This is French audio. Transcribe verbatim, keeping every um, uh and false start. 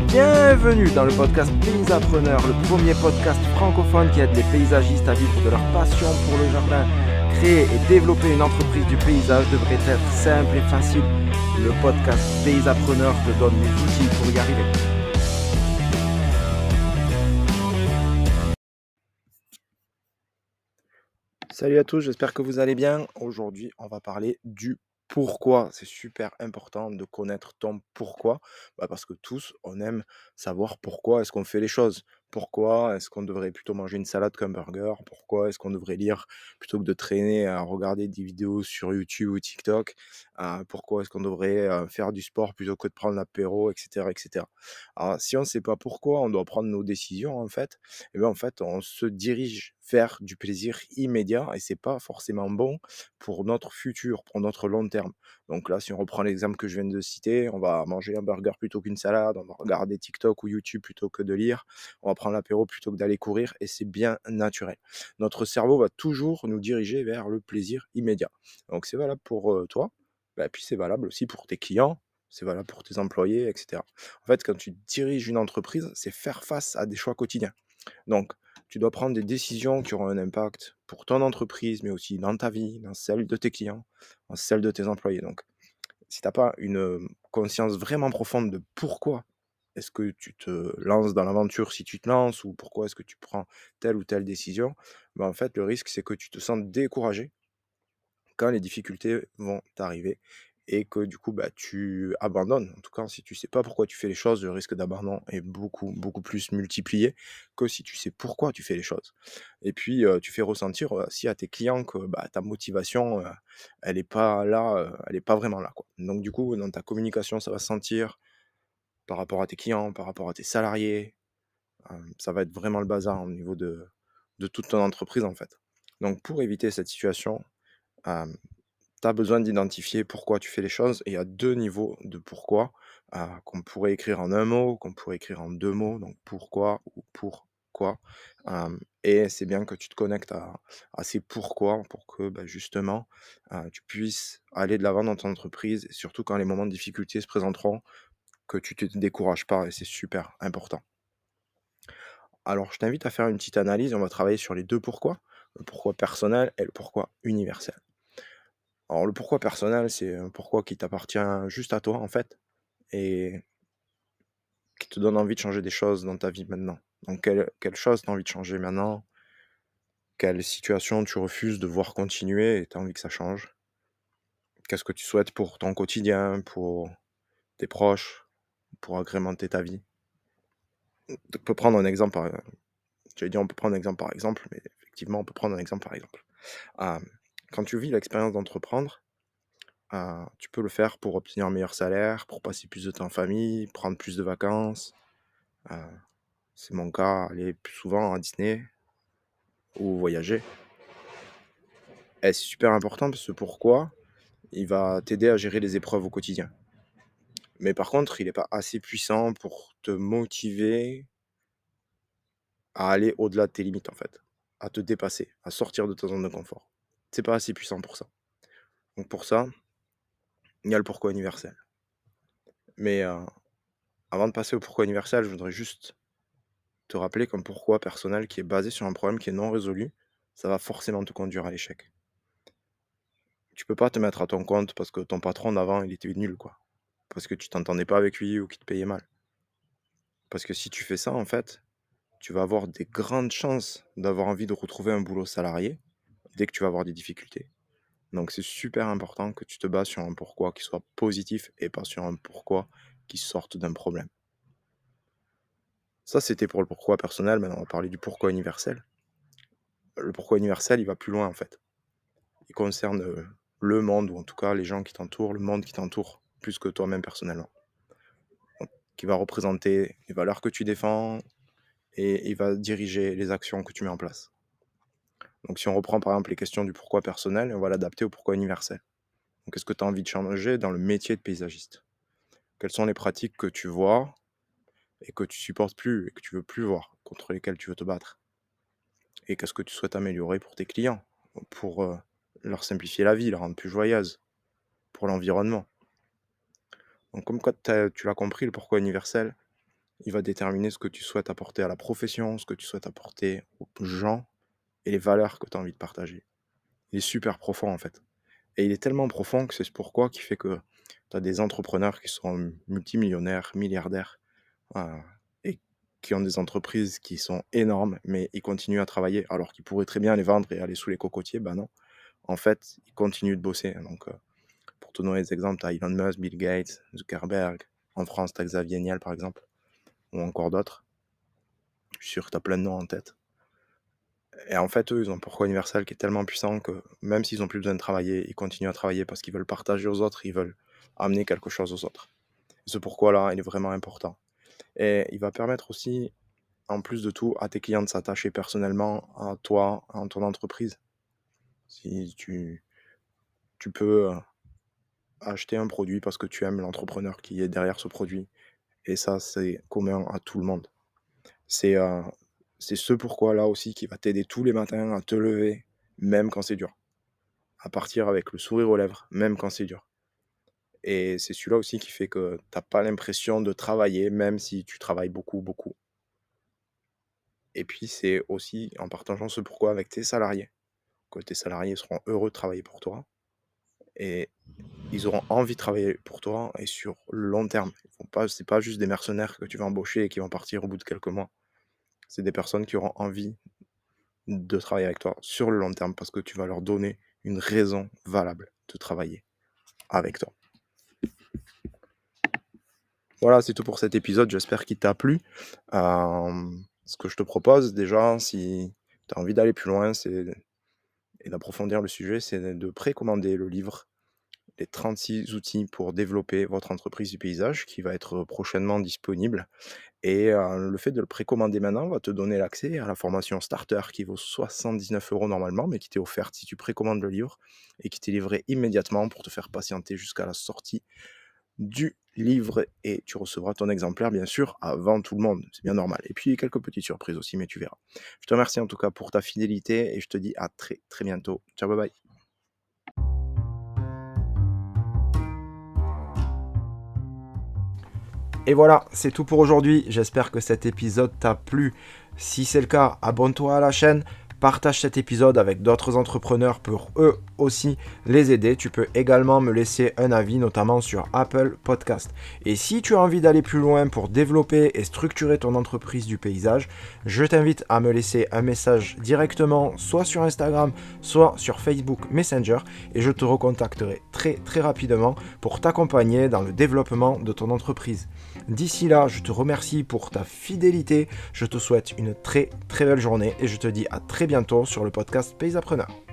Bienvenue dans le podcast Paysapreneur, le premier podcast francophone qui aide les paysagistes à vivre de leur passion pour le jardin. Créer et développer une entreprise du paysage devrait être simple et facile. Le podcast Paysapreneur te donne les outils pour y arriver. Salut à tous, j'espère que vous allez bien. Aujourd'hui, on va parler du pourquoi. C'est super important de connaître ton pourquoi. Bah parce que tous, on aime savoir pourquoi est-ce qu'on fait les choses. Pourquoi est-ce qu'on devrait plutôt manger une salade qu'un burger? Pourquoi est-ce qu'on devrait lire plutôt que de traîner à regarder des vidéos sur YouTube ou TikTok? Euh, pourquoi est-ce qu'on devrait euh, faire du sport plutôt que de prendre l'apéro, et cetera, et cetera. Alors, si on ne sait pas pourquoi on doit prendre nos décisions, en fait, et bien en fait, on se dirige vers du plaisir immédiat et c'est pas forcément bon pour notre futur, pour notre long terme. Donc là, si on reprend l'exemple que je viens de citer, on va manger un burger plutôt qu'une salade, on va regarder TikTok ou YouTube plutôt que de lire, on va prendre l'apéro plutôt que d'aller courir et c'est bien naturel. Notre cerveau va toujours nous diriger vers le plaisir immédiat. Donc c'est valable pour euh, toi, bah, puis c'est valable aussi pour tes clients, c'est valable pour tes employés, et cetera. En fait, quand tu diriges une entreprise, c'est faire face à des choix quotidiens. Donc, tu dois prendre des décisions qui auront un impact pour ton entreprise, mais aussi dans ta vie, dans celle de tes clients, dans celle de tes employés. Donc, si tu n'as pas une euh, conscience vraiment profonde de pourquoi est-ce que tu te lances dans l'aventure si tu te lances, ou pourquoi est-ce que tu prends telle ou telle décision, ben en fait, le risque, c'est que tu te sens découragé quand les difficultés vont t'arriver et que du coup, bah, tu abandonnes. En tout cas, si tu sais pas pourquoi tu fais les choses, le risque d'abandon est beaucoup, beaucoup plus multiplié que si tu sais pourquoi tu fais les choses. Et puis, euh, tu fais ressentir aussi à tes clients que bah, ta motivation, euh, elle n'est pas là, euh, elle est pas vraiment là, quoi. Donc du coup, dans ta communication, ça va se sentir par rapport à tes clients, par rapport à tes salariés. euh, ça va être vraiment le bazar au niveau de, de toute ton entreprise, en fait. Donc pour éviter cette situation, euh, tu as besoin d'identifier pourquoi tu fais les choses et il y a deux niveaux de pourquoi euh, qu'on pourrait écrire en un mot, qu'on pourrait écrire en deux mots, donc pourquoi ou pourquoi. Euh, et c'est bien que tu te connectes à, à ces pourquoi pour que bah, justement euh, tu puisses aller de l'avant dans ton entreprise et surtout quand les moments de difficulté se présenteront, que tu ne te décourages pas et c'est super important. Alors je t'invite à faire une petite analyse, on va travailler sur les deux pourquoi, le pourquoi personnel et le pourquoi universel. Alors le pourquoi personnel, c'est un pourquoi qui t'appartient juste à toi en fait et qui te donne envie de changer des choses dans ta vie maintenant. Donc quelle, quelle chose tu as envie de changer maintenant? Quelle situation tu refuses de voir continuer et tu as envie que ça change? Qu'est-ce que tu souhaites pour ton quotidien, pour tes proches, pour agrémenter ta vie? On peut prendre un exemple par j'allais dire on peut prendre un exemple par exemple, mais effectivement on peut prendre un exemple par exemple. Euh, Quand tu vis l'expérience d'entreprendre, Euh, tu peux le faire pour obtenir un meilleur salaire, pour passer plus de temps en famille, prendre plus de vacances. Euh, c'est mon cas, aller plus souvent à Disney ou voyager. Et c'est super important parce que pourquoi il va t'aider à gérer les épreuves au quotidien. Mais par contre, il n'est pas assez puissant pour te motiver à aller au-delà de tes limites en fait, à te dépasser, à sortir de ta zone de confort. C'est pas assez puissant pour ça. Donc pour ça, il y a le pourquoi universel. Mais euh, avant de passer au pourquoi universel, je voudrais juste te rappeler qu'un pourquoi personnel qui est basé sur un problème qui est non résolu, ça va forcément te conduire à l'échec. Tu peux pas te mettre à ton compte parce que ton patron d'avant, il était nul, quoi. Parce que tu t'entendais pas avec lui ou qu'il te payait mal. Parce que si tu fais ça, en fait, tu vas avoir des grandes chances d'avoir envie de retrouver un boulot salarié dès que tu vas avoir des difficultés. Donc c'est super important que tu te bases sur un pourquoi qui soit positif et pas sur un pourquoi qui sorte d'un problème. Ça, c'était pour le pourquoi personnel. Maintenant, on va parler du pourquoi universel. Le pourquoi universel, il va plus loin, en fait. Il concerne euh, le monde, ou en tout cas les gens qui t'entourent, le monde qui t'entoure, plus que toi-même personnellement. Donc, qui va représenter les valeurs que tu défends et il va diriger les actions que tu mets en place. Donc si on reprend par exemple les questions du pourquoi personnel, on va l'adapter au pourquoi universel. Donc qu'est-ce que tu as envie de changer dans le métier de paysagiste? Quelles sont les pratiques que tu vois et que tu supportes plus et que tu veux plus voir, contre lesquelles tu veux te battre? Et qu'est-ce que tu souhaites améliorer pour tes clients, pour euh, leur simplifier la vie, la rendre plus joyeuse, pour l'environnement? Donc comme quoi tu l'as compris, le pourquoi universel, il va déterminer ce que tu souhaites apporter à la profession, ce que tu souhaites apporter aux gens et les valeurs que tu as envie de partager. Il est super profond en fait. Et il est tellement profond que c'est pourquoi qui fait que tu as des entrepreneurs qui sont multimillionnaires, milliardaires, heu et qui ont des entreprises qui sont énormes, mais ils continuent à travailler alors qu'ils pourraient très bien les vendre et aller sous les cocotiers. Ben non, en fait, ils continuent de bosser. Donc, heu, pour te donner des exemples, tu as Elon Musk, Bill Gates, Zuckerberg. En France, tu as Xavier Niel, par exemple, ou encore d'autres. Je suis sûr que tu as plein de noms en tête. Et en fait, eux, ils ont un pourquoi universel qui est tellement puissant que même s'ils ont plus besoin de travailler, ils continuent à travailler parce qu'ils veulent partager aux autres, ils veulent amener quelque chose aux autres. Et ce pourquoi-là, il est vraiment important. Et il va permettre aussi, en plus de tout, à tes clients de s'attacher personnellement à toi, à ton entreprise. Si tu tu peux, heu, acheter un produit parce que tu aimes l'entrepreneur qui est derrière ce produit et ça, c'est commun à tout le monde. C'est, heu, c'est ce pourquoi-là aussi qui va t'aider tous les matins à te lever, même quand c'est dur. À partir avec le sourire aux lèvres, même quand c'est dur. Et c'est celui-là aussi qui fait que tu as pas l'impression de travailler, même si tu travailles beaucoup, beaucoup. Et puis, c'est aussi en partageant ce pourquoi avec tes salariés, que tes salariés seront heureux de travailler pour toi et ils auront envie de travailler pour toi et sur le long terme. Ils vont pas c'est pas juste des mercenaires que tu vas embaucher et qui vont partir au bout de quelques mois. C'est des personnes qui auront envie de travailler avec toi sur le long terme parce que tu vas leur donner une raison valable de travailler avec toi. Voilà, c'est tout pour cet épisode, j'espère qu'il t'a plu. Hem, ce que je te propose déjà, si tu as envie d'aller plus loin, c'est et d'approfondir le sujet, c'est de précommander le livre «Les trente-six outils pour développer votre entreprise du paysage» qui va être prochainement disponible et heu, le fait de le précommander maintenant va te donner l'accès à la formation starter qui vaut soixante-dix-neuf euros normalement, mais qui t'est offerte si tu précommandes le livre et qui t'est livré immédiatement pour te faire patienter jusqu'à la sortie du livre et tu recevras ton exemplaire bien sûr avant tout le monde, c'est bien normal. Et puis quelques petites surprises aussi, mais tu verras. Je te remercie en tout cas pour ta fidélité et je te dis à très très bientôt. Ciao, bye bye. Et voilà, c'est tout pour aujourd'hui. J'espère que cet épisode t'a plu. Si c'est le cas, abonne-toi à la chaîne. Partage cet épisode avec d'autres entrepreneurs pour eux aussi les aider. Tu peux également me laisser un avis, notamment sur Apple Podcast. Et si tu as envie d'aller plus loin pour développer et structurer ton entreprise du paysage, je t'invite à me laisser un message directement, soit sur Instagram, soit sur Facebook Messenger, et je te recontacterai très très rapidement pour t'accompagner dans le développement de ton entreprise. D'ici là, je te remercie pour ta fidélité. Je te souhaite une très très belle journée et je te dis à très bientôt sur le podcast Paysapreneur.